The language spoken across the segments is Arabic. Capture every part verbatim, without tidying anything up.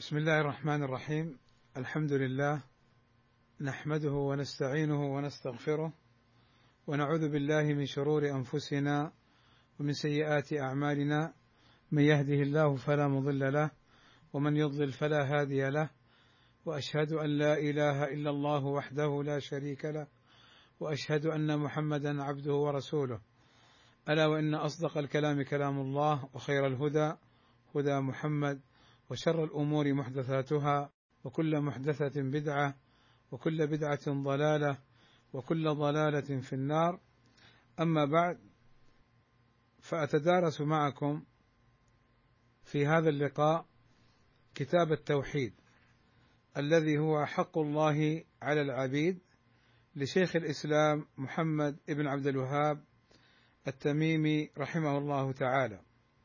بسم الله الرحمن الرحيم. الحمد لله نحمده ونستعينه ونستغفره ونعوذ بالله من شرور أنفسنا ومن سيئات أعمالنا، من يهده الله فلا مضل له ومن يضلل فلا هادي له، وأشهد أن لا إله إلا الله وحده لا شريك له، وأشهد أن محمدا عبده ورسوله، ألا وإن أصدق الكلام كلام الله، وخير الهدى هدى محمد، وشر الأمور محدثاتها، وكل محدثة بدعة، وكل بدعة ضلالة، وكل ضلالة في النار. أما بعد، فأتدارس معكم في هذا اللقاء كتاب التوحيد الذي هو حق الله على العبيد لشيخ الإسلام محمد ابن عبد الوهاب التميمي رحمه الله تعالى.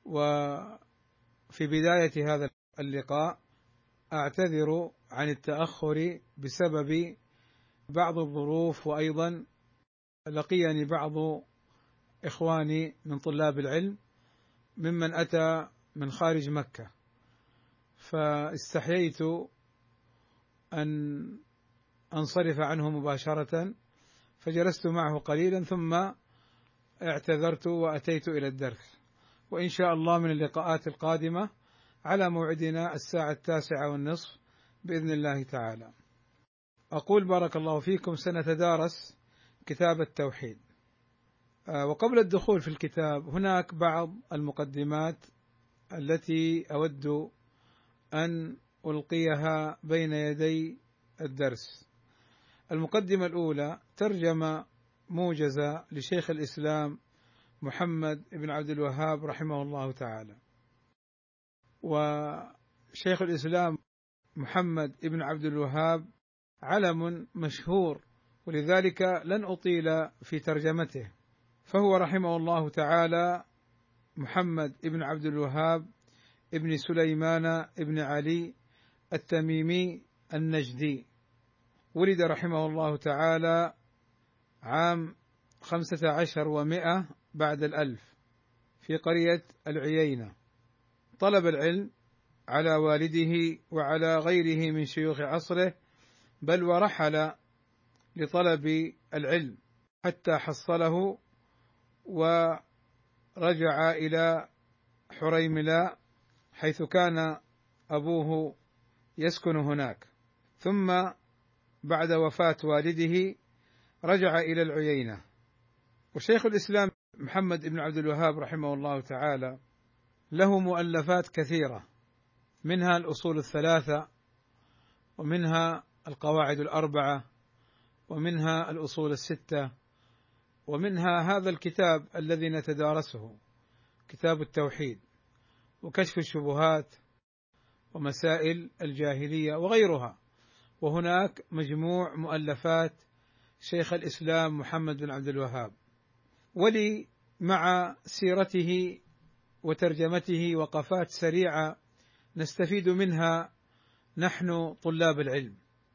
وفي بداية هذا اللقاء أعتذر عن التأخر بسبب بعض الظروف، وأيضا لقيني بعض إخواني من طلاب العلم ممن أتى من خارج مكة، فاستحييت أن أنصرف عنه مباشرة، فجلست معه قليلا ثم اعتذرت وأتيت إلى الدرس. وإن شاء الله من اللقاءات القادمة على موعدنا الساعة التاسعة والنصف بإذن الله تعالى. أقول بارك الله فيكم، سنتدارس كتاب التوحيد. وقبل الدخول في الكتاب هناك بعض المقدمات التي أود أن ألقيها بين يدي الدرس. المقدمة الأولى ترجمة موجزة لشيخ الإسلام محمد بن عبد الوهاب رحمه الله تعالى. وشيخ الإسلام محمد بن عبد الوهاب علم مشهور، ولذلك لن أطيل في ترجمته، فهو رحمه الله تعالى محمد بن عبد الوهاب ابن سليمان ابن علي التميمي النجدي، ولد رحمه الله تعالى عام خمسة عشر ومائة بعد الألف في قرية العيينة. طلب العلم على والده وعلى غيره من شيوخ عصره، بل ورحل لطلب العلم حتى حصله ورجع إلى حريملاء حيث كان أبوه يسكن هناك، ثم بعد وفاة والده رجع إلى العيينة. وشيخ الإسلام محمد بن عبد الوهاب رحمه الله تعالى له مؤلفات كثيرة، منها الأصول الثلاثة، ومنها القواعد الأربعة، ومنها الأصول الستة، ومنها هذا الكتاب الذي نتدارسه كتاب التوحيد، وكشف الشبهات، ومسائل الجاهلية وغيرها. وهناك مجموع مؤلفات شيخ الإسلام محمد بن عبد الوهاب. ولي مع سيرته وترجمته وقفات سريعة نستفيد منها نحن طلاب العلم،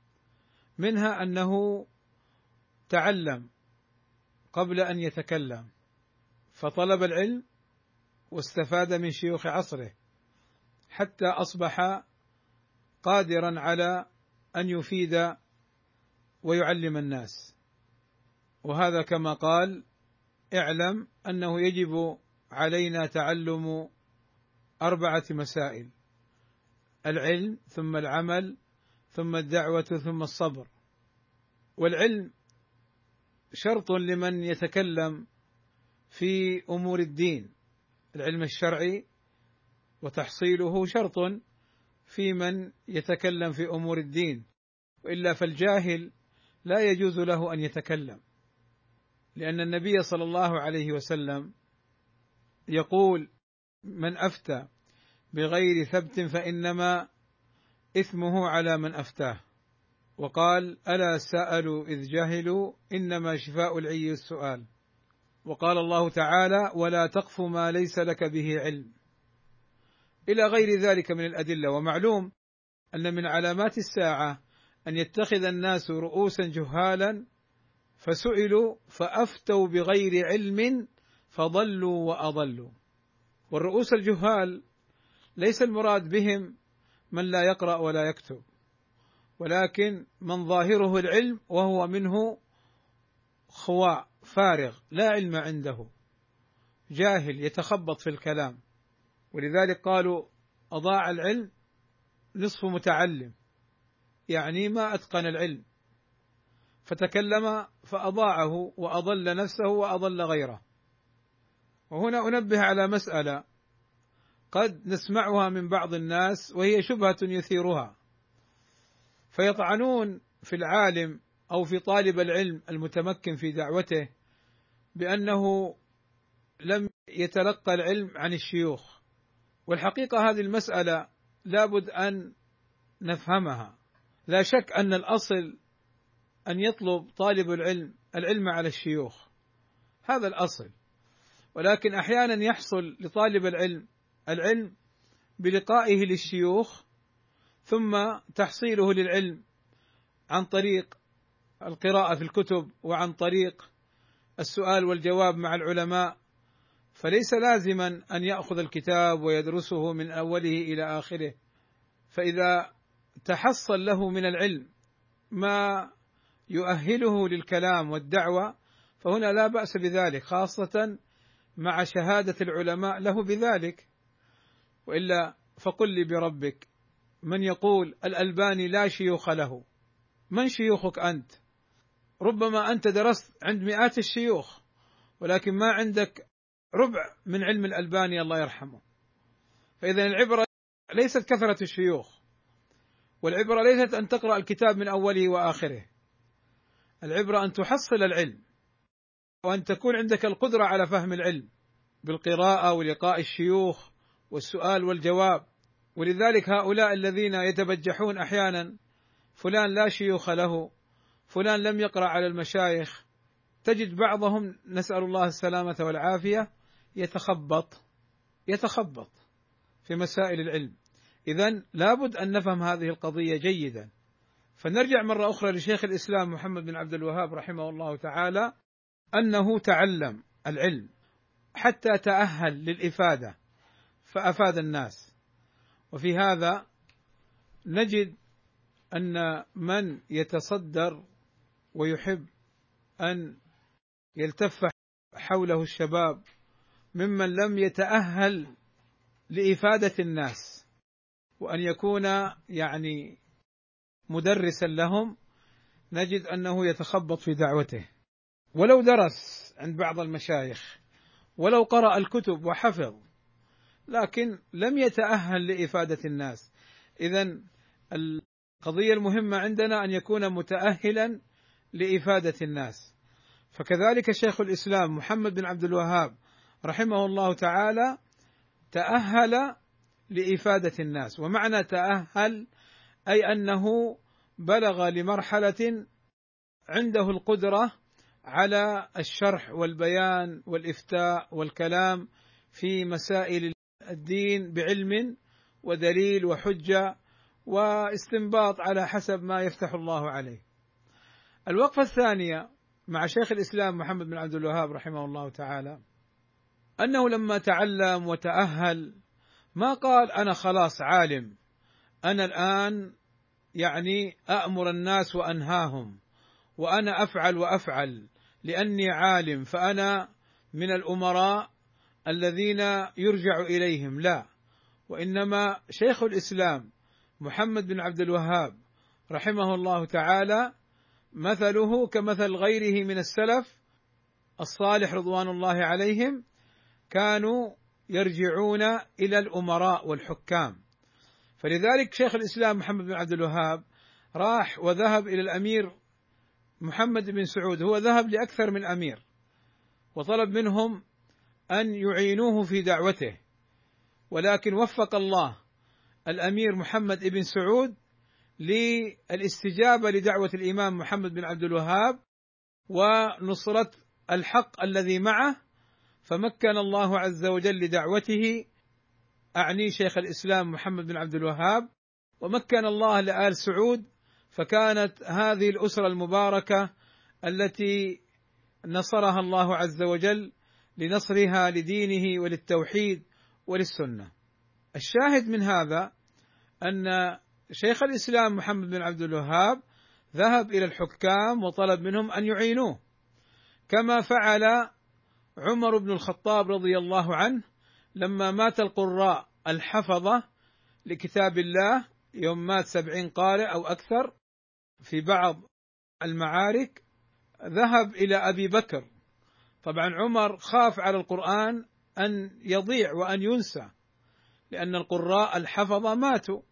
منها أنه تعلم قبل أن يتكلم، فطلب العلم واستفاد من شيوخ عصره حتى أصبح قادرا على أن يفيد ويعلم الناس. وهذا كما قال: اعلم أنه يجب علينا تعلم أربعة مسائل: العلم، ثم العمل، ثم الدعوة، ثم الصبر. والعلم شرط لمن يتكلم في أمور الدين، العلم الشرعي، وتحصيله شرط في من يتكلم في أمور الدين، وإلا فالجاهل لا يجوز له أن يتكلم، لأن النبي صلى الله عليه وسلم يقول: من أفتى بغير ثبت فإنما إثمه على من أفتاه. وقال: ألا سألوا إذ جهلوا إنما شفاء العي السؤال. وقال الله تعالى: ولا تقف ما ليس لك به علم، إلى غير ذلك من الأدلة. ومعلوم أن من علامات الساعة أن يتخذ الناس رؤوسا جهالا فسئلوا فأفتوا بغير علم فضلوا وأضلوا. والرؤوس الجهال ليس المراد بهم من لا يقرأ ولا يكتب، ولكن من ظاهره العلم وهو منه خواء فارغ لا علم عنده، جاهل يتخبط في الكلام. ولذلك قالوا أضاع العلم نصف متعلم، يعني ما أتقن العلم فتكلم فأضاعه وأضل نفسه وأضل غيره. وهنا أنبه على مسألة قد نسمعها من بعض الناس وهي شبهة يثيرها، فيطعنون في العالم أو في طالب العلم المتمكن في دعوته بأنه لم يتلقى العلم عن الشيوخ. والحقيقة هذه المسألة لابد أن نفهمها. لا شك أن الأصل أن يطلب طالب العلم العلم على الشيوخ، هذا الأصل، ولكن أحيانا يحصل لطالب العلم العلم بلقائه للشيوخ ثم تحصيله للعلم عن طريق القراءة في الكتب وعن طريق السؤال والجواب مع العلماء، فليس لازما أن يأخذ الكتاب ويدرسه من أوله إلى آخره. فإذا تحصل له من العلم ما يؤهله للكلام والدعوة فهنا لا بأس بذلك، خاصة مع شهادة العلماء له بذلك. وإلا فقل لي بربك، من يقول الألباني لا شيوخ له؟ من شيوخك أنت؟ ربما أنت درست عند مئات الشيوخ ولكن ما عندك ربع من علم الألباني الله يرحمه. فإذا العبرة ليست كثرة الشيوخ، والعبرة ليست أن تقرأ الكتاب من أوله وآخره، العبرة أن تحصل العلم وأن تكون عندك القدرة على فهم العلم بالقراءة ولقاء الشيوخ والسؤال والجواب. ولذلك هؤلاء الذين يتبجحون أحيانا فلان لا شيوخ له، فلان لم يقرأ على المشايخ، تجد بعضهم نسأل الله السلامة والعافية يتخبط يتخبط في مسائل العلم. إذن لابد أن نفهم هذه القضية جيدا. فنرجع مرة أخرى لشيخ الإسلام محمد بن عبد الوهاب رحمه الله تعالى، أنه تعلم العلم حتى تأهل للإفادة فأفاد الناس. وفي هذا نجد أن من يتصدر ويحب أن يلتف حوله الشباب ممن لم يتأهل لإفادة الناس وأن يكون يعني مدرسا لهم، نجد أنه يتخبط في دعوته، ولو درس عند بعض المشايخ ولو قرأ الكتب وحفظ لكن لم يتأهل لإفادة الناس. إذن القضية المهمة عندنا أن يكون متأهلا لإفادة الناس. فكذلك شيخ الإسلام محمد بن عبد الوهاب رحمه الله تعالى تأهل لإفادة الناس. ومعنى تأهل أي أنه بلغ لمرحلة عنده القدرة على الشرح والبيان والإفتاء والكلام في مسائل الدين بعلم ودليل وحجة واستنباط على حسب ما يفتح الله عليه. الوقفة الثانية مع شيخ الإسلام محمد بن عبد الوهاب رحمه الله تعالى أنه لما تعلم وتأهل ما قال أنا خلاص عالم، أنا الآن يعني أأمر الناس وأنهاهم وأنا أفعل وأفعل لأني عالم فأنا من الأمراء الذين يرجع إليهم، لا. وإنما شيخ الإسلام محمد بن عبد الوهاب رحمه الله تعالى مثله كمثل غيره من السلف الصالح رضوان الله عليهم، كانوا يرجعون إلى الأمراء والحكام. فلذلك شيخ الإسلام محمد بن عبد الوهاب راح وذهب إلى الأمير محمد بن سعود، هو ذهب لأكثر من أمير وطلب منهم أن يعينوه في دعوته، ولكن وفق الله الأمير محمد بن سعود للاستجابة لدعوة الإمام محمد بن عبد الوهاب ونصرة الحق الذي معه، فمكن الله عز وجل لدعوته، أعني شيخ الإسلام محمد بن عبد الوهاب، ومكن الله لآل سعود، فكانت هذه الأسرة المباركة التي نصرها الله عز وجل لنصرها لدينه وللتوحيد وللسنة. الشاهد من هذا أن شيخ الإسلام محمد بن عبد الوهاب ذهب إلى الحكام وطلب منهم أن يعينوه، كما فعل عمر بن الخطاب رضي الله عنه لما مات القراء الحفظة لكتاب الله، يوم مات سبعين قارئ أو أكثر في بعض المعارك، ذهب إلى أبي بكر. طبعا عمر خاف على القرآن أن يضيع وأن ينسى، لأن القراء الحفظة ماتوا،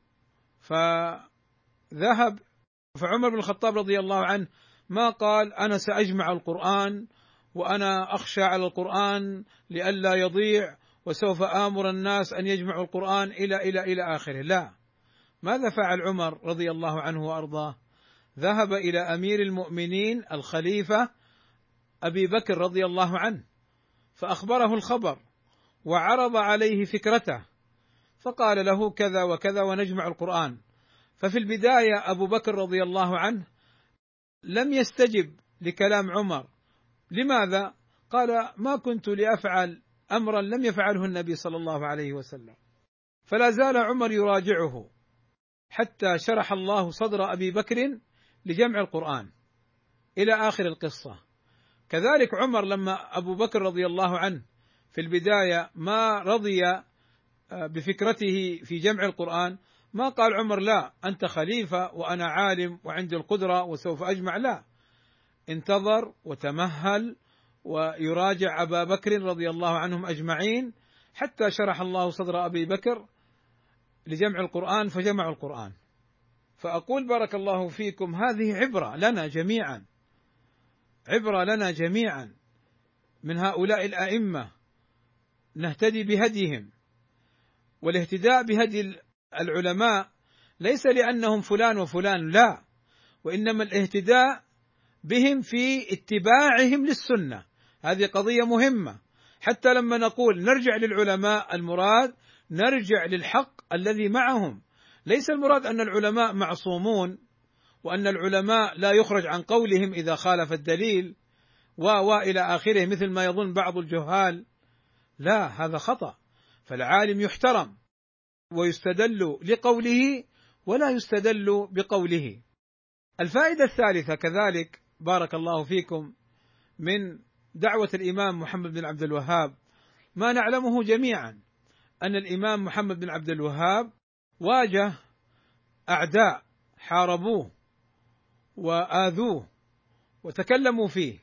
فذهب. فعمر بن الخطاب رضي الله عنه ما قال أنا سأجمع القرآن وأنا أخشى على القرآن لئلا يضيع وسوف آمر الناس أن يجمعوا القرآن إلى إلى إلى آخره، لا. ماذا فعل عمر رضي الله عنه وأرضاه؟ ذهب إلى أمير المؤمنين الخليفة أبي بكر رضي الله عنه، فأخبره الخبر وعرض عليه فكرته، فقال له كذا وكذا ونجمع القرآن. ففي البداية أبو بكر رضي الله عنه لم يستجب لكلام عمر. لماذا؟ قال ما كنت لأفعل أمرا لم يفعله النبي صلى الله عليه وسلم. فلا زال عمر يراجعه حتى شرح الله صدر أبي بكر لجمع القرآن إلى آخر القصة. كذلك عمر لما أبو بكر رضي الله عنه في البداية ما رضي بفكرته في جمع القرآن، ما قال عمر لا أنت خليفة وأنا عالم وعندي القدرة وسوف أجمع، لا، انتظر وتمهل ويراجع أبا بكر رضي الله عنهم أجمعين حتى شرح الله صدر أبي بكر لجمع القرآن فجمعوا القرآن. فأقول بارك الله فيكم هذه عبرة لنا جميعا، عبرة لنا جميعا من هؤلاء الأئمة، نهتدي بهديهم. والاهتداء بهدي العلماء ليس لأنهم فلان وفلان، لا، وإنما الاهتداء بهم في اتباعهم للسنة. هذه قضية مهمة. حتى لما نقول نرجع للعلماء المراد نرجع للحق الذي معهم، ليس المراد أن العلماء معصومون وأن العلماء لا يخرج عن قولهم إذا خالف الدليل و وإلى آخره مثل ما يظن بعض الجهال، لا، هذا خطأ. فالعالم يحترم ويستدل لقوله ولا يستدل بقوله. الفائدة الثالثة كذلك بارك الله فيكم من دعوة الإمام محمد بن عبد الوهاب، ما نعلمه جميعا أن الإمام محمد بن عبد الوهاب واجه أعداء حاربوه وآذوه وتكلموا فيه،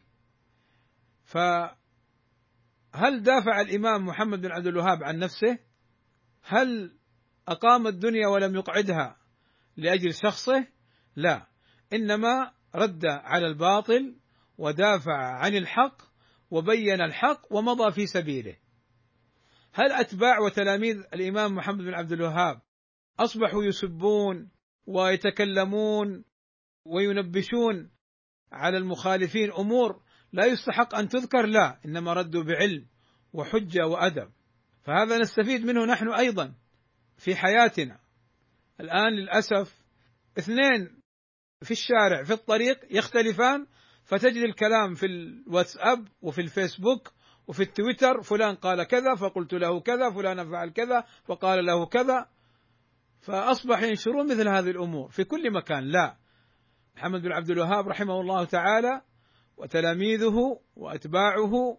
فهل دافع الإمام محمد بن عبد الوهاب عن نفسه؟ هل أقام الدنيا ولم يقعدها لأجل شخصه؟ لا، إنما رد على الباطل ودافع عن الحق وبين الحق ومضى في سبيله. هل أتباع وتلاميذ الإمام محمد بن عبد الوهاب أصبحوا يسبون ويتكلمون وينبشون على المخالفين أمور لا يستحق أن تذكر؟ لا، إنما ردوا بعلم وحجة وأدب. فهذا نستفيد منه نحن أيضا في حياتنا. الآن للأسف اثنين في الشارع في الطريق يختلفان، فتجد الكلام في الواتساب وفي الفيسبوك وفي التويتر، فلان قال كذا فقلت له كذا، فلان فعل كذا فقال له كذا، فأصبح ينشرون مثل هذه الأمور في كل مكان. لا، محمد بن عبد الوهاب رحمه الله تعالى وتلاميذه وأتباعه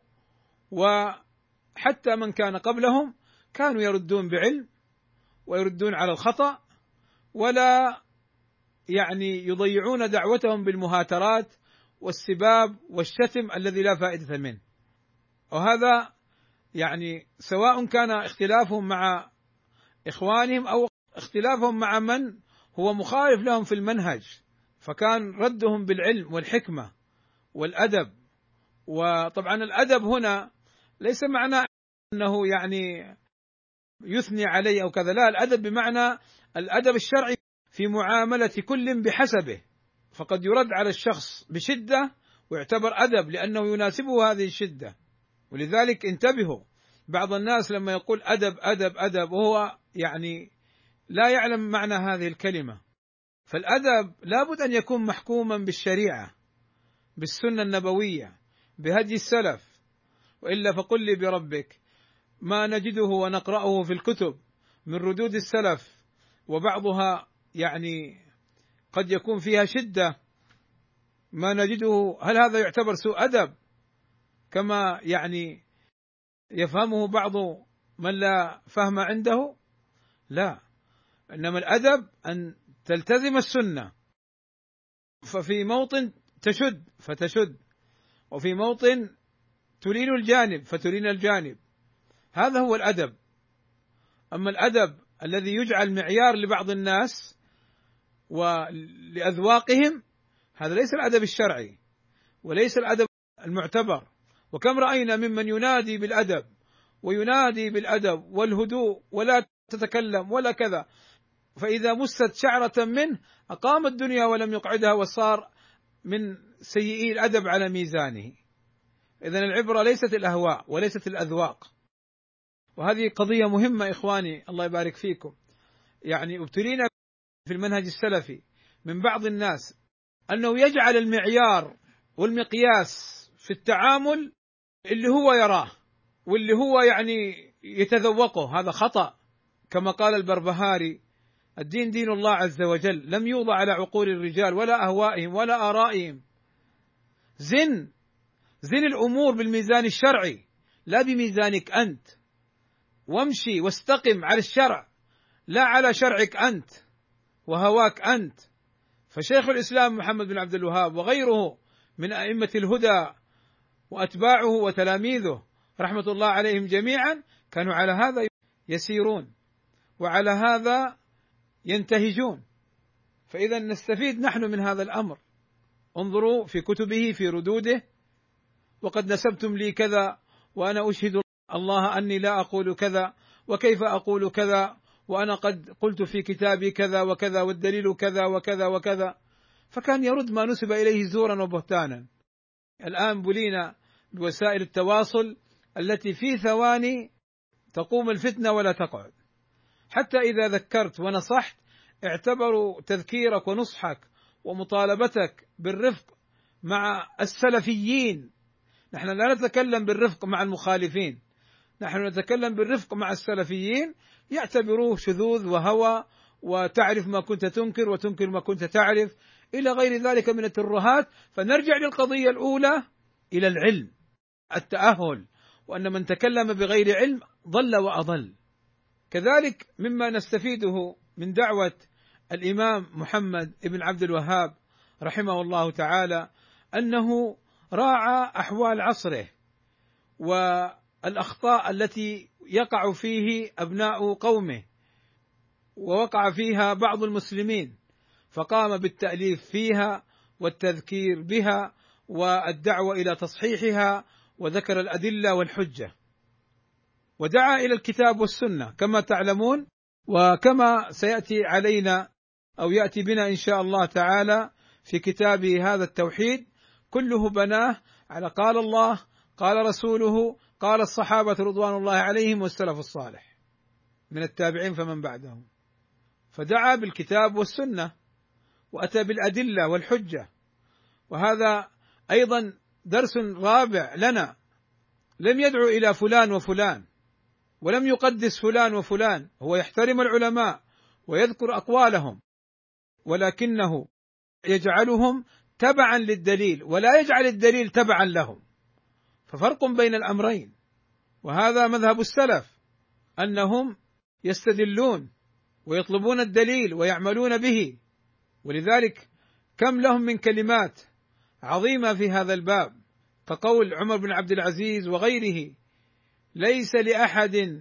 وحتى من كان قبلهم كانوا يردون بعلم ويردون على الخطأ، ولا يعني يضيعون دعوتهم بالمهاترات والسباب والشتم الذي لا فائدة منه. وهذا يعني سواء كان اختلافهم مع إخوانهم أو اختلافهم مع من هو مخالف لهم في المنهج، فكان ردهم بالعلم والحكمة والأدب. وطبعا الأدب هنا ليس معنى أنه يعني يثني عليه أو كذا، لا، الأدب بمعنى الأدب الشرعي في معاملة كل بحسبه، فقد يرد على الشخص بشدة ويعتبر أدب لأنه يناسبه هذه الشدة. ولذلك انتبهوا، بعض الناس لما يقول أدب أدب أدب وهو يعني لا يعلم معنى هذه الكلمة. فالأدب لابد أن يكون محكوما بالشريعة بالسنة النبوية بهدي السلف، وإلا فقل لي بربك ما نجده ونقرأه في الكتب من ردود السلف وبعضها يعني قد يكون فيها شدة ما نجده. هل هذا يعتبر سوء أدب كما يعني يفهمه بعض من لا فهم عنده؟ لا، إنما الأدب أن تلتزم السنة، ففي موطن تشد فتشد، وفي موطن تلين الجانب فتلين الجانب، هذا هو الأدب. أما الأدب الذي يجعل معيار لبعض الناس ولأذواقهم، هذا ليس الأدب الشرعي وليس الأدب المعتبر. وكم رأينا ممن ينادي بالأدب وينادي بالأدب والهدوء ولا تتكلم ولا كذا، فإذا مست شعرة منه أقام الدنيا ولم يقعدها وصار من سيئي الأدب على ميزانه. إذن العبرة ليست الأهواء وليست الأذواق. وهذه قضية مهمة إخواني، الله يبارك فيكم. يعني ابتلينا في المنهج السلفي من بعض الناس أنه يجعل المعيار والمقياس في التعامل اللي هو يراه واللي هو يعني يتذوقه. هذا خطأ. كما قال البربهاري: الدين دين الله عز وجل، لم يوضع على عقول الرجال ولا أهوائهم ولا آرائهم. زن زن الأمور بالميزان الشرعي لا بميزانك أنت، وامشي واستقم على الشرع لا على شرعك أنت وهواك أنت. فشيخ الإسلام محمد بن عبد الوهاب وغيره من أئمة الهدى وأتباعه وتلاميذه رحمة الله عليهم جميعا كانوا على هذا يسيرون وعلى هذا ينتهجون. فإذا نستفيد نحن من هذا الأمر. انظروا في كتبه في ردوده: وقد نسبتم لي كذا وأنا أشهد الله أني لا أقول كذا، وكيف أقول كذا، وأنا قد قلت في كتابي كذا وكذا والدليل كذا وكذا وكذا. فكان يرد ما نسب إليه زورا وبهتانا. الآن بلينا بوسائل التواصل التي في ثواني تقوم الفتنة ولا تقعد. حتى إذا ذكرت ونصحت اعتبروا تذكيرك ونصحك ومطالبتك بالرفق مع السلفيين. نحن لا نتكلم بالرفق مع المخالفين، نحن نتكلم بالرفق مع السلفيين، يعتبروه شذوذ وهوى، وتعرف ما كنت تنكر وتنكر ما كنت تعرف، إلى غير ذلك من الترهات. فنرجع للقضية الأولى إلى العلم، التأهل، وأن من تكلم بغير علم ضل وأضل. كذلك مما نستفيده من دعوة الإمام محمد بن عبد الوهاب رحمه الله تعالى أنه راعى أحوال عصره والأخطاء التي يقع فيه أبناء قومه ووقع فيها بعض المسلمين، فقام بالتأليف فيها والتذكير بها والدعوة إلى تصحيحها، وذكر الأدلة والحجة، ودعا إلى الكتاب والسنة كما تعلمون، وكما سيأتي علينا أو يأتي بنا إن شاء الله تعالى في كتابه هذا التوحيد، كله بناه على قال الله قال رسوله قال الصحابة رضوان الله عليهم والسلف الصالح من التابعين فمن بعدهم. فدعا بالكتاب والسنة وأتى بالأدلة والحجة. وهذا أيضا درس رابع لنا. لم يدعو إلى فلان وفلان، ولم يقدس فلان وفلان، هو يحترم العلماء ويذكر أقوالهم، ولكنه يجعلهم تبعا للدليل ولا يجعل الدليل تبعا لهم. ففرق بين الأمرين. وهذا مذهب السلف، أنهم يستدلون ويطلبون الدليل ويعملون به. ولذلك كم لهم من كلمات عظيمة في هذا الباب، كقول عمر بن عبد العزيز وغيره: ليس لأحد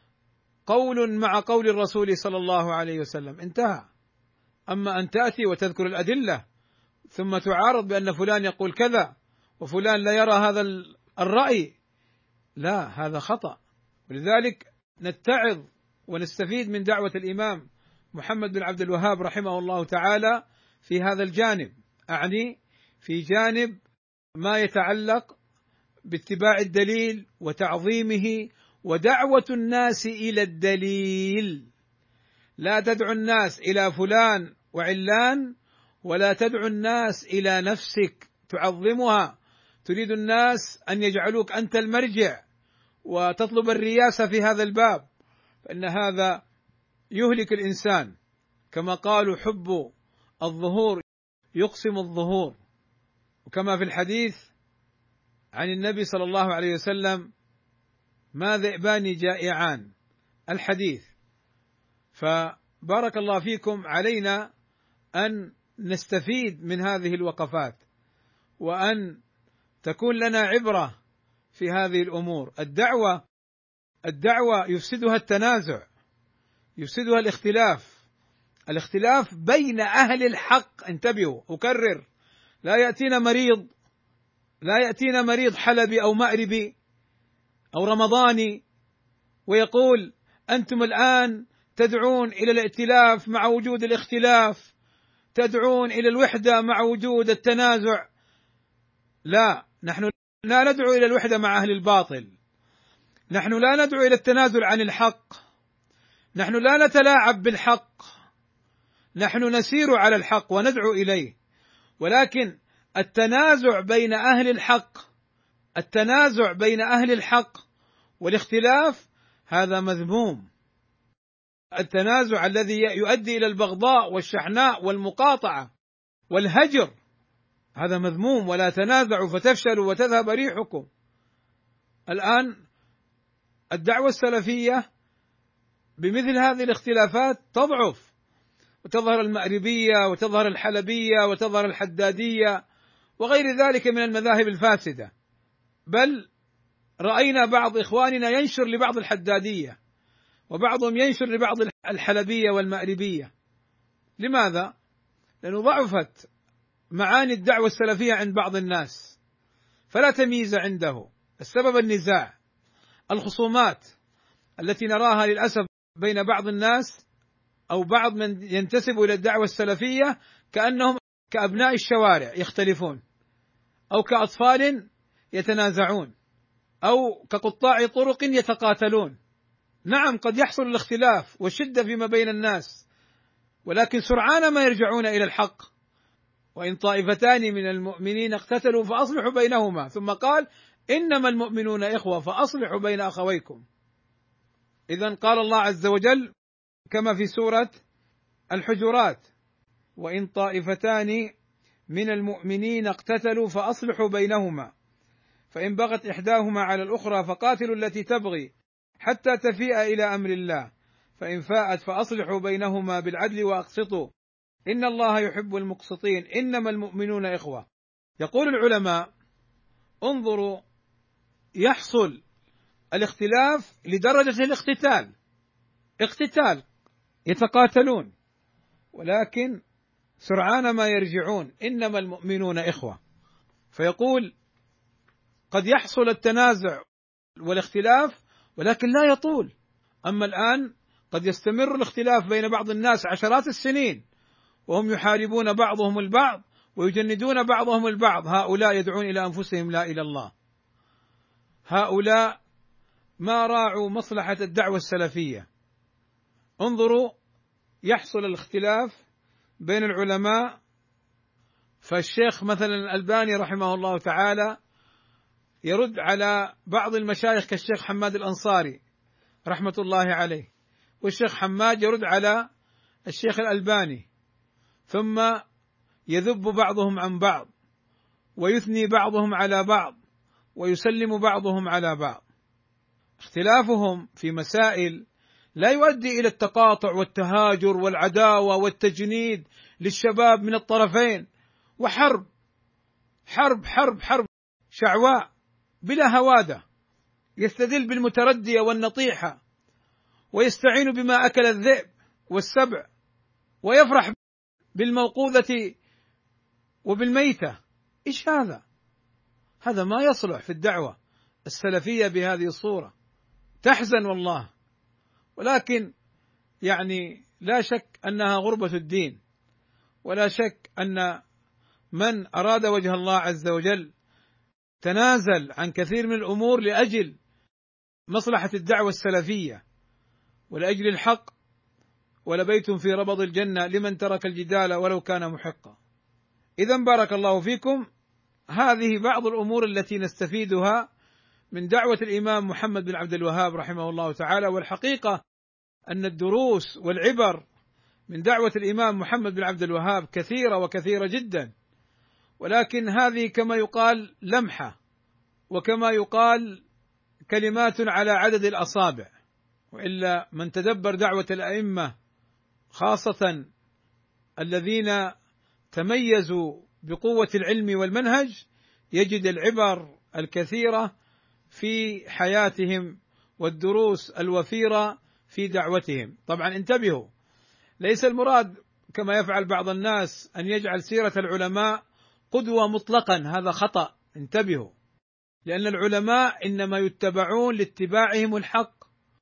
قول مع قول الرسول صلى الله عليه وسلم، انتهى. أما أن تأتي وتذكر الأدلة ثم تعارض بأن فلان يقول كذا وفلان لا يرى هذا الرأي، لا، هذا خطأ. ولذلك نتعظ ونستفيد من دعوة الإمام محمد بن عبد الوهاب رحمه الله تعالى في هذا الجانب، أعني في جانب ما يتعلق باتباع الدليل وتعظيمه ودعوة الناس إلى الدليل. لا تدعو الناس إلى فلان وعلان، ولا تدعو الناس إلى نفسك تعظمها، تريد الناس أن يجعلوك أنت المرجع وتطلب الرياسة في هذا الباب، فإن هذا يهلك الإنسان كما قالوا حب الظهور يقسم الظهور، وكما في الحديث عن النبي صلى الله عليه وسلم: ما ذئبان جائعان، الحديث. فبارك الله فيكم، علينا أن نستفيد من هذه الوقفات، وأن تكون لنا عبرة في هذه الأمور. الدعوة الدعوة يفسدها التنازع، يفسدها الاختلاف، الاختلاف بين أهل الحق. انتبهوا، أكرر، لا يأتينا مريض لا يأتينا مريض حلبي أو مأربي أو رمضاني ويقول: أنتم الآن تدعون إلى الائتلاف مع وجود الاختلاف، تدعون إلى الوحدة مع وجود التنازع. لا، نحن لا ندعو إلى الوحدة مع أهل الباطل، نحن لا ندعو إلى التنازل عن الحق، نحن لا نتلاعب بالحق، نحن نسير على الحق وندعو إليه. ولكن التنازع بين أهل الحق التنازع بين أهل الحق والاختلاف هذا مذموم. التنازع الذي يؤدي إلى البغضاء والشحناء والمقاطعة والهجر هذا مذموم. ولا تنازعوا فتفشلوا وتذهب ريحكم. الآن الدعوة السلفية بمثل هذه الاختلافات تضعف، وتظهر المأربية وتظهر الحلبية وتظهر الحدادية وغير ذلك من المذاهب الفاسدة. بل رأينا بعض إخواننا ينشر لبعض الحدادية، وبعضهم ينشر لبعض الحلبية والمأربية. لماذا؟ لأنه ضعفت معاني الدعوة السلفية عند بعض الناس، فلا تمييز عنده. السبب النزاع، الخصومات التي نراها للأسف بين بعض الناس أو بعض من ينتسب إلى الدعوة السلفية، كأنهم كأبناء الشوارع يختلفون، أو كأطفال يتنازعون، أو كقطاع طرق يتقاتلون. نعم، قد يحصل الاختلاف والشدة فيما بين الناس، ولكن سرعان ما يرجعون إلى الحق. وإن طائفتان من المؤمنين اقتتلوا فأصلحوا بينهما، ثم قال: إنما المؤمنون إخوة فأصلحوا بين أخويكم. إذن قال الله عز وجل كما في سورة الحجرات: وإن طائفتان من المؤمنين اقتتلوا فأصلحوا بينهما فإن بغت إحداهما على الأخرى فقاتلوا التي تبغي حتى تفيء إلى أمر الله فإن فاءت فأصلحوا بينهما بالعدل وأقسطوا إن الله يحب المقسطين إنما المؤمنون إخوة. يقول العلماء: انظروا، يحصل الاختلاف لدرجة الاقتتال، اقتتال يتقاتلون، ولكن سرعان ما يرجعون إنما المؤمنون إخوة. فيقول: قد يحصل التنازع والاختلاف ولكن لا يطول. أما الآن قد يستمر الاختلاف بين بعض الناس عشرات السنين وهم يحاربون بعضهم البعض ويجندون بعضهم البعض. هؤلاء يدعون إلى أنفسهم لا إلى الله، هؤلاء ما راعوا مصلحة الدعوة السلفية. انظروا، يحصل الاختلاف بين العلماء، فالشيخ مثلا الألباني رحمه الله تعالى يرد على بعض المشايخ كالشيخ حماد الأنصاري رحمة الله عليه، والشيخ حماد يرد على الشيخ الألباني، ثم يذب بعضهم عن بعض ويثني بعضهم على بعض ويسلم بعضهم على بعض. اختلافهم في مسائل لا يؤدي إلى التقاطع والتهاجر والعداوة والتجنيد للشباب من الطرفين، وحرب حرب حرب حرب شعواء بلا هوادة، يستدل بالمتردية والنطيحة ويستعين بما أكل الذئب والسبع ويفرح بالموقوذة وبالميتة. إيش هذا؟ هذا ما يصلح في الدعوة السلفية بهذه الصورة. تحزن والله، ولكن يعني لا شك أنها غربة الدين، ولا شك أن من أراد وجه الله عز وجل تنازل عن كثير من الأمور لأجل مصلحة الدعوة السلفية ولأجل الحق. ولبيت في ربض الجنة لمن ترك الجدال ولو كان محقا. إذن بارك الله فيكم، هذه بعض الأمور التي نستفيدها من دعوة الإمام محمد بن عبد الوهاب رحمه الله تعالى. والحقيقة أن الدروس والعبر من دعوة الإمام محمد بن عبد الوهاب كثيرة وكثيرة جدا، ولكن هذه كما يقال لمحة، وكما يقال كلمات على عدد الأصابع، وإلا من تدبر دعوة الأئمة خاصة الذين تميزوا بقوة العلم والمنهج يجد العبر الكثيرة في حياتهم والدروس الوفيرة في دعوتهم. طبعا انتبهوا، ليس المراد كما يفعل بعض الناس أن يجعل سيرة العلماء قدوة مطلقا، هذا خطأ، انتبهوا، لأن العلماء إنما يتبعون لاتباعهم الحق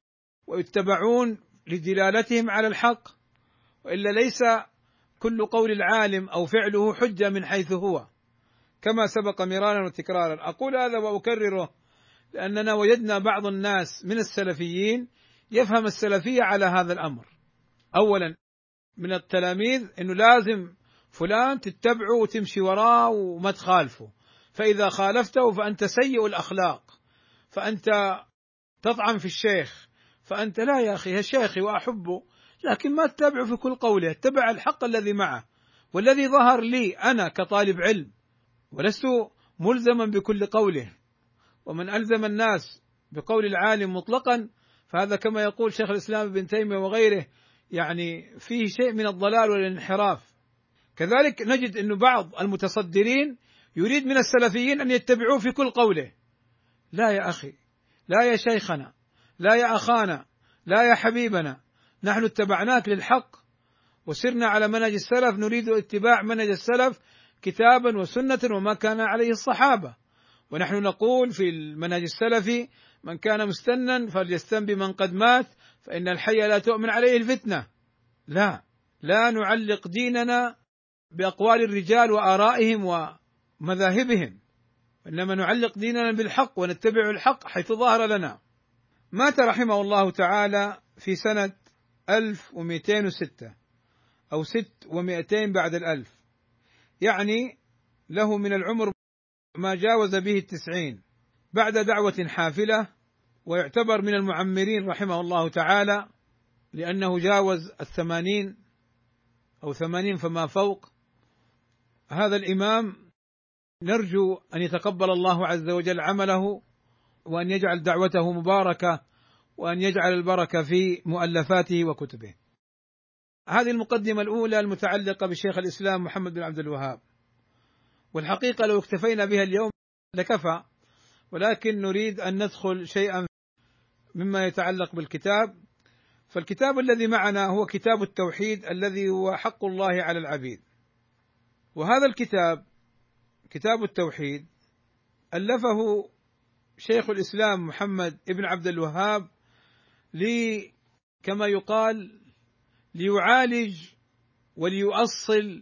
ويتبعون لدلالتهم على الحق، وإلا ليس كل قول العالم أو فعله حجة من حيث هو، كما سبق مرارا وتكرارا. أقول هذا وأكرره لأننا وجدنا بعض الناس من السلفيين يفهم السلفية على هذا الأمر. أولا من التلاميذ أنه لازم فلان تتبعه وتمشي وراه وما تخالفه، فإذا خالفته فأنت سيء الأخلاق، فأنت تطعن في الشيخ، فأنت لا يا أخي، شيخي وأحبه لكن ما تتبعه في كل قوله، اتبع الحق الذي معه والذي ظهر لي أنا كطالب علم، ولست ملزما بكل قوله. ومن ألزم الناس بقول العالم مطلقا فهذا كما يقول شيخ الإسلام ابن تيمية وغيره يعني فيه شيء من الضلال والانحراف. كذلك نجد أن بعض المتصدرين يريد من السلفيين أن يتبعوه في كل قوله. لا يا أخي، لا يا شيخنا، لا يا أخانا، لا يا حبيبنا، نحن اتبعناك للحق وسرنا على منهج السلف، نريد اتباع منهج السلف كتابا وسنة وما كان عليه الصحابة، ونحن نقول في المنهج السلفي من كان مستنا فليستن بمن قد مات فإن الحي لا تؤمن عليه الفتنة. لا لا نعلق ديننا بأقوال الرجال وآرائهم ومذاهبهم، إنما نعلق ديننا بالحق ونتبع الحق حيث ظهر لنا. مات رحمه الله تعالى في سنة ألف ومئتين وستة أو ست ومئتين بعد الألف، يعني له من العمر ما جاوز به التسعين، بعد دعوة حافلة، ويعتبر من المعمرين رحمه الله تعالى لأنه جاوز الثمانين أو ثمانين فما فوق. هذا الإمام نرجو أن يتقبل الله عز وجل عمله، وأن يجعل دعوته مباركة، وأن يجعل البركة في مؤلفاته وكتبه. هذه المقدمة الأولى المتعلقة بشيخ الإسلام محمد بن عبد الوهاب، والحقيقة لو اكتفينا بها اليوم لكفى، ولكن نريد أن ندخل شيئا مما يتعلق بالكتاب. فالكتاب الذي معنا هو كتاب التوحيد الذي هو حق الله على العبيد، وهذا الكتاب كتاب التوحيد ألفه شيخ الإسلام محمد بن عبد الوهاب لي كما يقال ليعالج وليؤصل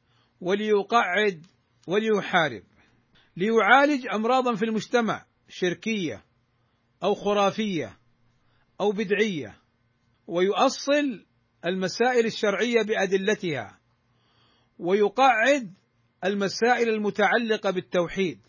وليقعد وليحارب، ليعالج أمراضا في المجتمع شركية أو خرافية أو بدعية، ويؤصل المسائل الشرعية بأدلتها، ويقعد المسائل المتعلقة بالتوحيد،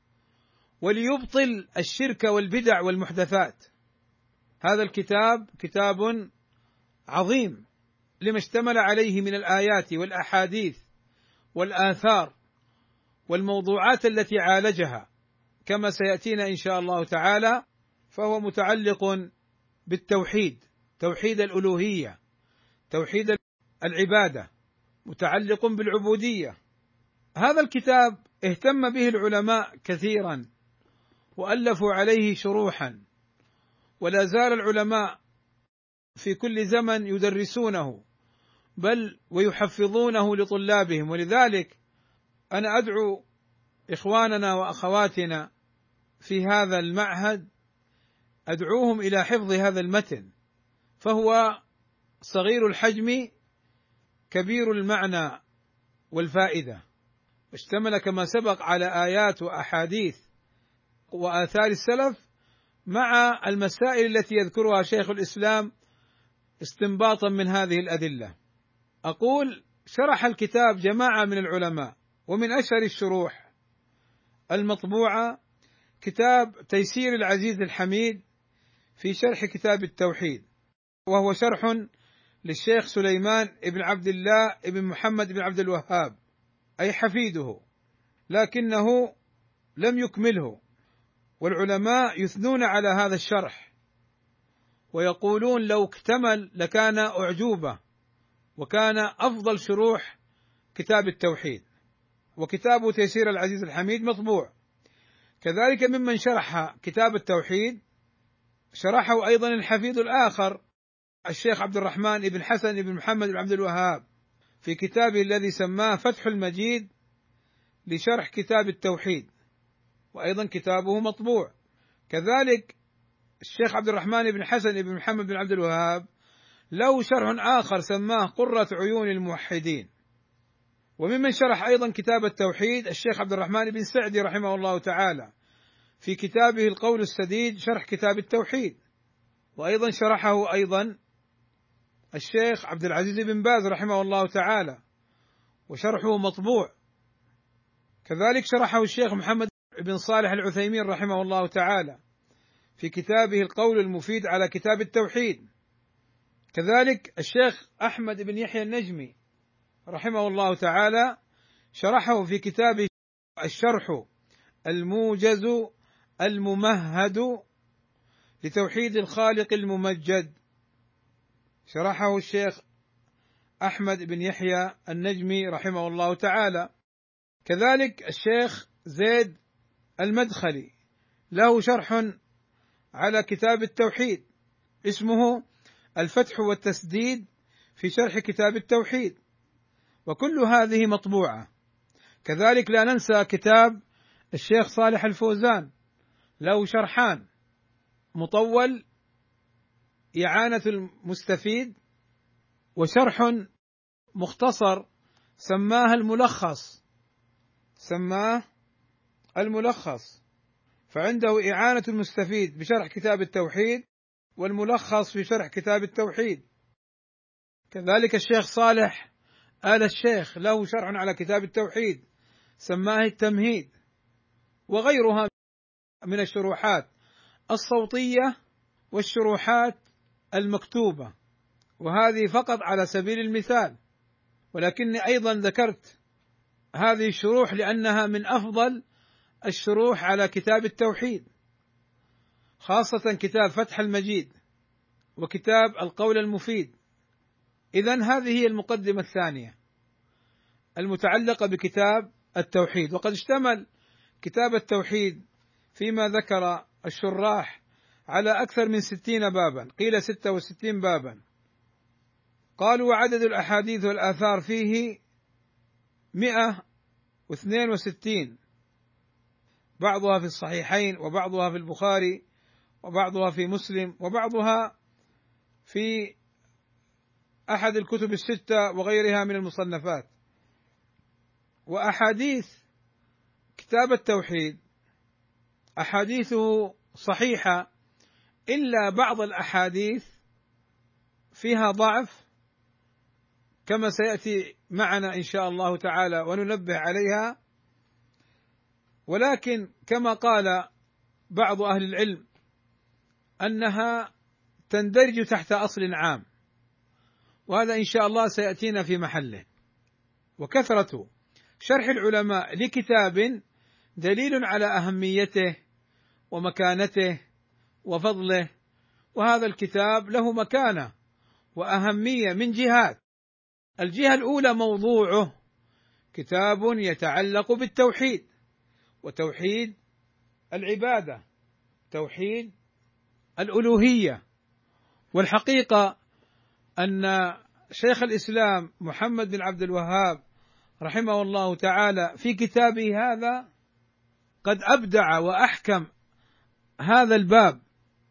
وليبطل الشرك والبدع والمحدثات. هذا الكتاب كتاب عظيم لما اشتمل عليه من الآيات والأحاديث والآثار والموضوعات التي عالجها كما سيأتينا إن شاء الله تعالى. فهو متعلق بالتوحيد، توحيد الألوهية، توحيد العبادة، متعلق بالعبودية. هذا الكتاب اهتم به العلماء كثيرا وألفوا عليه شروحا، ولا زال العلماء في كل زمن يدرسونه بل ويحفظونه لطلابهم. ولذلك أنا أدعو إخواننا وأخواتنا في هذا المعهد، أدعوهم إلى حفظ هذا المتن، فهو صغير الحجم كبير المعنى والفائدة، اشتمل كما سبق على آيات وأحاديث وآثار السلف مع المسائل التي يذكرها شيخ الإسلام استنباطا من هذه الأدلة. أقول شرح الكتاب جماعة من العلماء، ومن أشهر الشروح المطبوعة كتاب تيسير العزيز الحميد في شرح كتاب التوحيد، وهو شرح للشيخ سليمان بن عبد الله بن محمد بن عبد الوهاب، أي حفيده، لكنه لم يكمله، والعلماء يثنون على هذا الشرح ويقولون لو اكتمل لكان أعجوبة، وكان أفضل شروح كتاب التوحيد، وكتابه تيسير العزيز الحميد مطبوع. كذلك ممن شرح كتاب التوحيد شرحه أيضا الحفيد الآخر الشيخ عبد الرحمن بن حسن بن محمد بن عبد الوهاب في كتابه الذي سماه فتح المجيد لشرح كتاب التوحيد، وأيضا كتابه مطبوع. كذلك الشيخ عبد الرحمن بن حسن بن محمد بن عبد الوهاب له شرح آخر سماه قرة عيون الموحدين. وممن شرح أيضا كتاب التوحيد الشيخ عبد الرحمن بن سعدي رحمه الله تعالى في كتابه القول السديد شرح كتاب التوحيد، وأيضا شرحه أيضا الشيخ عبد العزيز بن باز رحمه الله تعالى، وشرحه مطبوع. كذلك شرحه الشيخ محمد بن صالح العثيمين رحمه الله تعالى في كتابه القول المفيد على كتاب التوحيد. كذلك الشيخ أحمد بن يحيى النجمي رحمه الله تعالى شرحه في كتابه الشرح الموجز الممهد لتوحيد الخالق الممجد، شرحه الشيخ أحمد بن يحيى النجمي رحمه الله تعالى. كذلك الشيخ زيد المدخلي له شرح على كتاب التوحيد اسمه الفتح والتسديد في شرح كتاب التوحيد، وكل هذه مطبوعة. كذلك لا ننسى كتاب الشيخ صالح الفوزان له شرحان، مطول إعانة المستفيد، وشرح مختصر سماه الملخص سماه الملخص فعنده إعانة المستفيد بشرح كتاب التوحيد، والملخص في شرح كتاب التوحيد. كذلك الشيخ صالح آل الشيخ له شرح على كتاب التوحيد سماه التمهيد، وغيرها من الشروحات الصوتية والشروحات المكتوبة، وهذه فقط على سبيل المثال، ولكني أيضا ذكرت هذه الشروح لأنها من أفضل الشروح على كتاب التوحيد، خاصة كتاب فتح المجيد وكتاب القول المفيد. إذن هذه هي المقدمة الثانية المتعلقة بكتاب التوحيد، وقد اشتمل كتاب التوحيد فيما ذكر الشراح على أكثر من ستين بابا، قيل ستة وستين بابا. قالوا وعدد الأحاديث والآثار فيه مئة واثنين وستين، بعضها في الصحيحين وبعضها في البخاري وبعضها في مسلم وبعضها في أحد الكتب الستة وغيرها من المصنفات. وأحاديث كتاب التوحيد أحاديثه صحيحة، إلا بعض الأحاديث فيها ضعف كما سيأتي معنا إن شاء الله تعالى وننبه عليها، ولكن كما قال بعض أهل العلم أنها تندرج تحت أصل عام، وهذا إن شاء الله سيأتينا في محله. وكثرة شرح العلماء لكتاب دليل على أهميته ومكانته وفضله، وهذا الكتاب له مكانة وأهمية من جهات. الجهة الأولى موضوعه كتاب يتعلق بالتوحيد وتوحيد العبادة، توحيد الألوهية. والحقيقة أن شيخ الإسلام محمد بن عبد الوهاب رحمه الله تعالى في كتابه هذا قد أبدع وأحكم هذا الباب،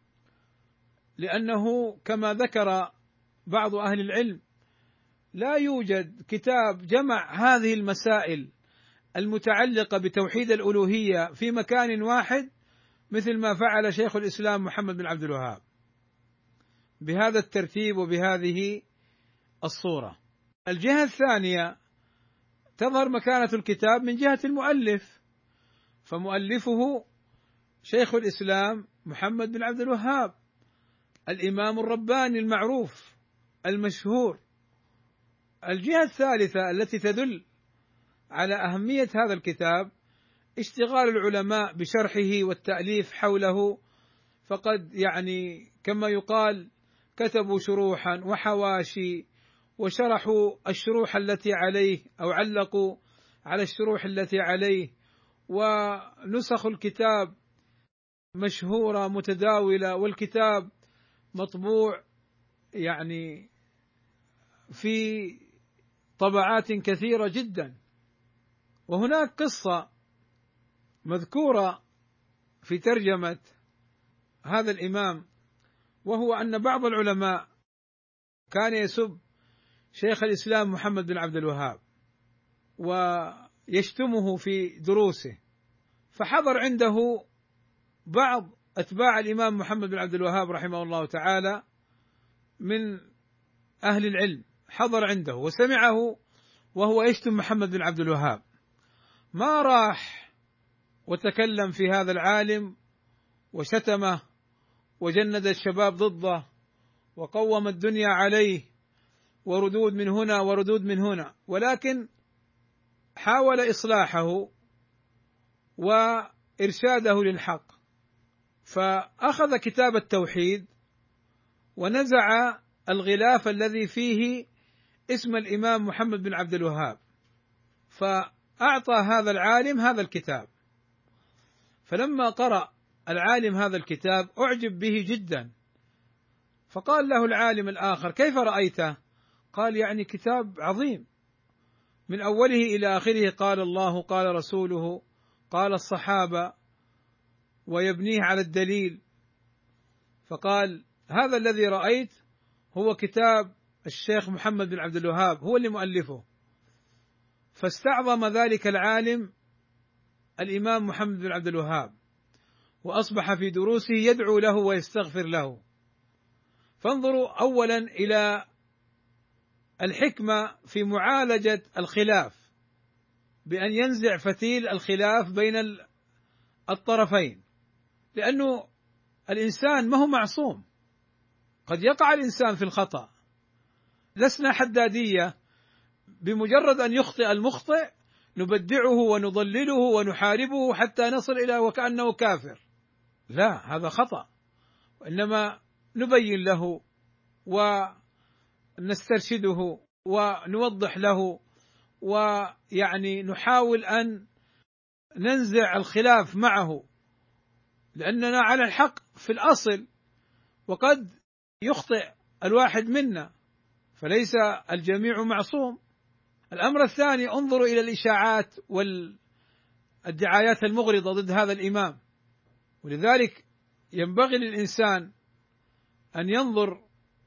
لأنه كما ذكر بعض أهل العلم لا يوجد كتاب جمع هذه المسائل المتعلقة بتوحيد الألوهية في مكان واحد مثل ما فعل شيخ الإسلام محمد بن عبد الوهاب بهذا الترتيب وبهذه الصورة. الجهة الثانية تظهر مكانة الكتاب من جهة المؤلف، فمؤلفه شيخ الإسلام محمد بن عبد الوهاب الإمام الرباني المعروف المشهور. الجهة الثالثة التي تدل على أهمية هذا الكتاب اشتغال العلماء بشرحه والتأليف حوله، فقد يعني كما يقال كتبوا شروحا وحواشي وشرحوا الشروح التي عليه أو علقوا على الشروح التي عليه، ونسخ الكتاب مشهورة متداولة، والكتاب مطبوع يعني في طبعات كثيرة جدا. وهناك قصة مذكورة في ترجمة هذا الإمام، وهو أن بعض العلماء كان يسب شيخ الإسلام محمد بن عبد الوهاب ويشتمه في دروسه، فحضر عنده بعض أتباع الإمام محمد بن عبد الوهاب رحمه الله تعالى من أهل العلم، حضر عنده وسمعه وهو يشتم محمد بن عبد الوهاب، ما راح وتكلم في هذا العالم وشتمه وجند الشباب ضده وقوم الدنيا عليه وردود من هنا وردود من هنا، ولكن حاول إصلاحه وإرشاده للحق، فأخذ كتاب التوحيد ونزع الغلاف الذي فيه اسم الإمام محمد بن عبد الوهاب، فأعطى هذا العالم هذا الكتاب. فلما قرأ العالم هذا الكتاب أعجب به جدا، فقال له العالم الآخر: كيف رأيته؟ قال: يعني كتاب عظيم من أوله إلى آخره، قال الله قال رسوله قال الصحابة، ويبنيه على الدليل. فقال: هذا الذي رأيت هو كتاب الشيخ محمد بن عبد الوهاب، هو اللي مؤلفه. فاستعظم ذلك العالم الإمام محمد بن عبد الوهاب، وأصبح في دروسه يدعو له ويستغفر له. فانظروا أولا إلى الحكمة في معالجة الخلاف، بأن ينزع فتيل الخلاف بين الطرفين، لأنه الإنسان ما هو معصوم، قد يقع الإنسان في الخطأ، لسنا حدادية بمجرد أن يخطئ المخطئ نبدعه ونضلله ونحاربه حتى نصل إلى وكأنه كافر، لا، هذا خطأ، وإنما نبين له ونسترشده ونوضح له، ويعني نحاول أن ننزع الخلاف معه، لأننا على الحق في الأصل، وقد يخطئ الواحد منا، فليس الجميع معصوم. الأمر الثاني، انظروا إلى الإشاعات والدعايات المغرضة ضد هذا الإمام، ولذلك ينبغي للإنسان أن ينظر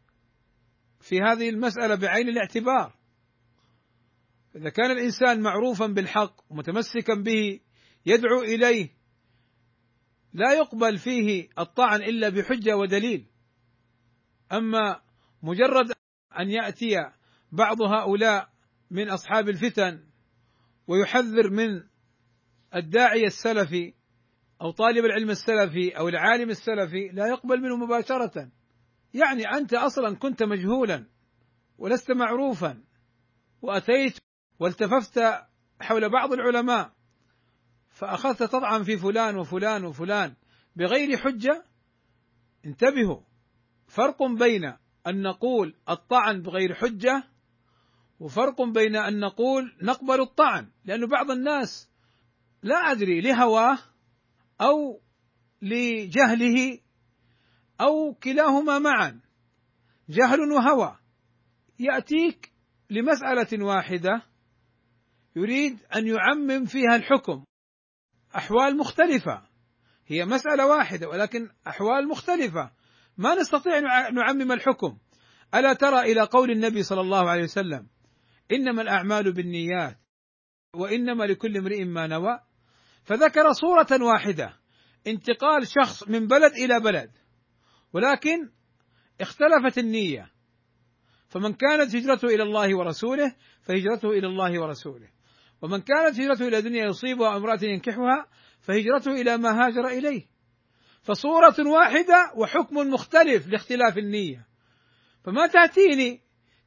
في هذه المسألة بعين الاعتبار. إذا كان الإنسان معروفا بالحق ومتمسكا به يدعو إليه، لا يقبل فيه الطعن إلا بحجة ودليل. أما مجرد أن يأتي بعض هؤلاء من أصحاب الفتن ويحذر من الداعية السلفي أو طالب العلم السلفي أو العالم السلفي، لا يقبل منه مباشرة. يعني أنت أصلا كنت مجهولا ولست معروفا، وأتيت والتففت حول بعض العلماء فأخذت تطعن في فلان وفلان وفلان بغير حجة. انتبهوا، فرق بين أن نقول الطعن بغير حجة وفرق بين أن نقول نقبل الطعن، لأن بعض الناس لا أدري لهواه أو لجهله أو كلاهما معا، جهل وهوى، يأتيك لمسألة واحدة يريد أن يعمم فيها الحكم، أحوال مختلفة، هي مسألة واحدة ولكن أحوال مختلفة، ما نستطيع أن نعمم الحكم. ألا ترى إلى قول النبي صلى الله عليه وسلم: إنما الأعمال بالنيات وإنما لكل امرئ ما نوى، فذكر صورة واحدة، انتقال شخص من بلد إلى بلد، ولكن اختلفت النية، فمن كانت هجرته إلى الله ورسوله فهجرته إلى الله ورسوله، ومن كانت هجرته إلى دنيا يصيبها أو امرأة ينكحها فهجرته إلى ما هاجر إليه، فصورة واحدة وحكم مختلف لاختلاف النية. فما تأتيني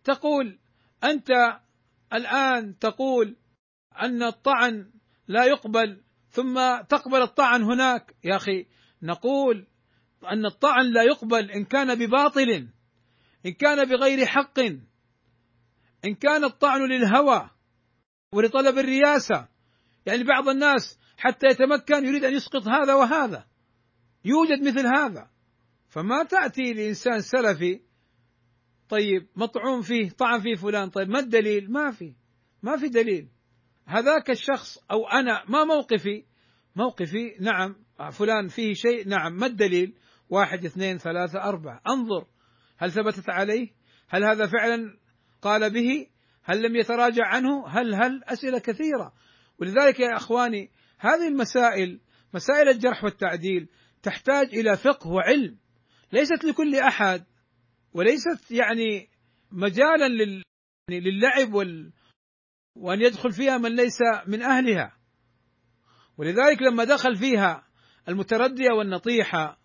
تقول أنت الآن تقول أن الطعن لا يقبل ثم تقبل الطعن هناك. يا أخي نقول أن الطعن لا يقبل إن كان بباطل، إن كان بغير حق، إن كان الطعن للهوى ولطلب الرياسة. يعني بعض الناس حتى يتمكن يريد أن يسقط هذا وهذا، يوجد مثل هذا. فما تأتي لإنسان سلفي طيب مطعون فيه، طعن فيه فلان، طيب ما الدليل؟ ما في ما في دليل. هذاك الشخص أو أنا ما موقفي؟ موقفي نعم فلان فيه شيء، نعم، ما الدليل؟ واحد اثنين ثلاثة أربعة، أنظر هل ثبتت عليه؟ هل هذا فعلا قال به؟ هل لم يتراجع عنه؟ هل هل أسئلة كثيرة. ولذلك يا أخواني هذه المسائل، مسائل الجرح والتعديل، تحتاج إلى فقه وعلم، ليست لكل أحد، وليست يعني مجالا لل... للعب وال... وأن يدخل فيها من ليس من أهلها. ولذلك لما دخل فيها المتردية والنطيحة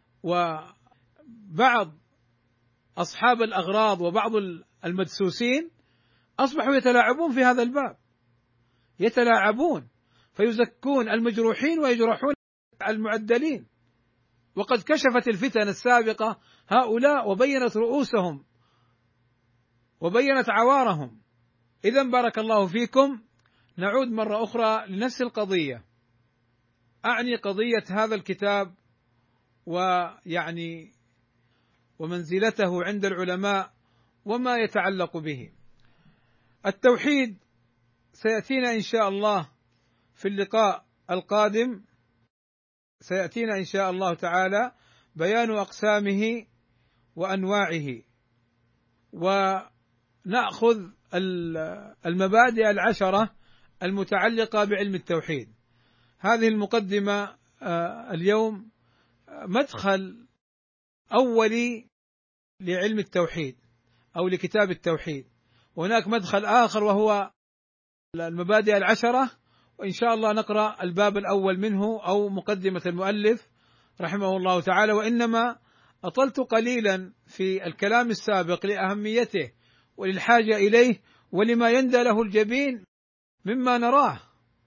وبعض أصحاب الأغراض وبعض المدسوسين، أصبحوا يتلاعبون في هذا الباب، يتلاعبون فيزكون المجروحين ويجرحون المعدلين. وقد كشفت الفتن السابقة هؤلاء وبينت رؤوسهم وبينت عوارهم. إذن بارك الله فيكم، نعود مرة أخرى لنفس القضية، أعني قضية هذا الكتاب ويعني ومنزلته عند العلماء وما يتعلق به. التوحيد سيأتينا إن شاء الله في اللقاء القادم، سيأتينا إن شاء الله تعالى بيان أقسامه وأنواعه، ونأخذ المبادئ العشرة المتعلقة بعلم التوحيد. هذه المقدمة اليوم مدخل أولي لعلم التوحيد أو لكتاب التوحيد، وهناك مدخل آخر وهو المبادئ العشرة، وإن شاء الله نقرأ الباب الأول منه أو مقدمة المؤلف رحمه الله تعالى. وإنما أطلت قليلا في الكلام السابق لأهميته وللحاجة إليه ولما يندى له الجبين مما نراه.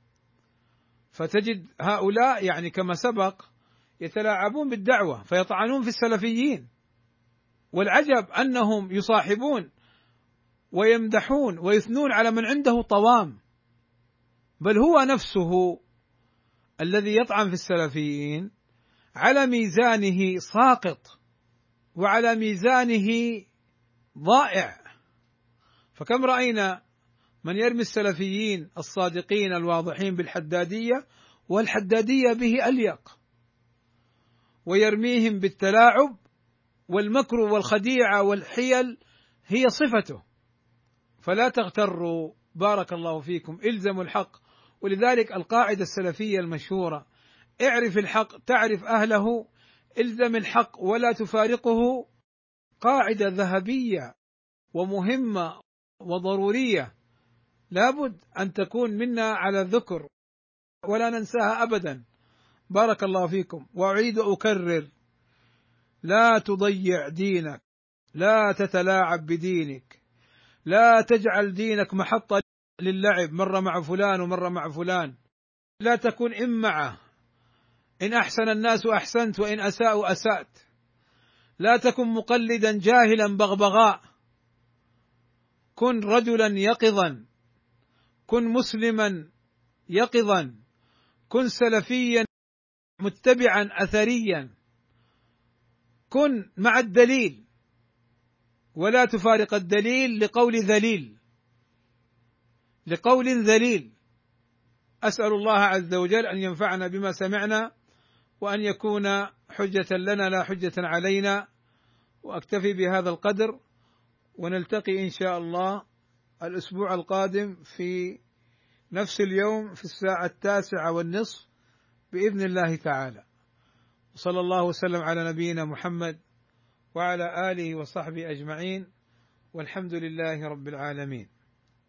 فتجد هؤلاء يعني كما سبق يتلاعبون بالدعوة فيطعنون في السلفيين، والعجب أنهم يصاحبون ويمدحون ويثنون على من عنده طوام، بل هو نفسه الذي يطعن في السلفيين على ميزانه ساقط وعلى ميزانه ضائع. فكم رأينا من يرمي السلفيين الصادقين الواضحين بالحدادية، والحدادية به أليق، ويرميهم بالتلاعب والمكر والخديعة والحيل هي صفته. فلا تغتروا بارك الله فيكم، الزموا الحق. ولذلك القاعدة السلفية المشهورة: اعرف الحق تعرف أهله، الزم الحق ولا تفارقه، قاعدة ذهبية ومهمة وضرورية لابد أن تكون منا على الذكر ولا ننساها أبدا. بارك الله فيكم. وأعيد أكرر: لا تضيع دينك، لا تتلاعب بدينك، لا تجعل دينك محطة للعب، مرة مع فلان ومرة مع فلان، لا تكن إمعة، إن أحسن الناس أحسنت وإن أساءوا أسأت، لا تكن مقلدا جاهلا بغبغاء، كن رجلا يقظا، كن مسلما يقظا، كن سلفيا متبعا أثريا، كن مع الدليل ولا تفارق الدليل لقول ذليل لقول ذليل. أسأل الله عز وجل أن ينفعنا بما سمعنا وأن يكون حجة لنا لا حجة علينا. وأكتفي بهذا القدر، ونلتقي إن شاء الله الأسبوع القادم في نفس اليوم في الساعة التاسعة والنصف بإذن الله تعالى. وصلى الله وسلم على نبينا محمد وعلى آله وصحبه أجمعين، والحمد لله رب العالمين.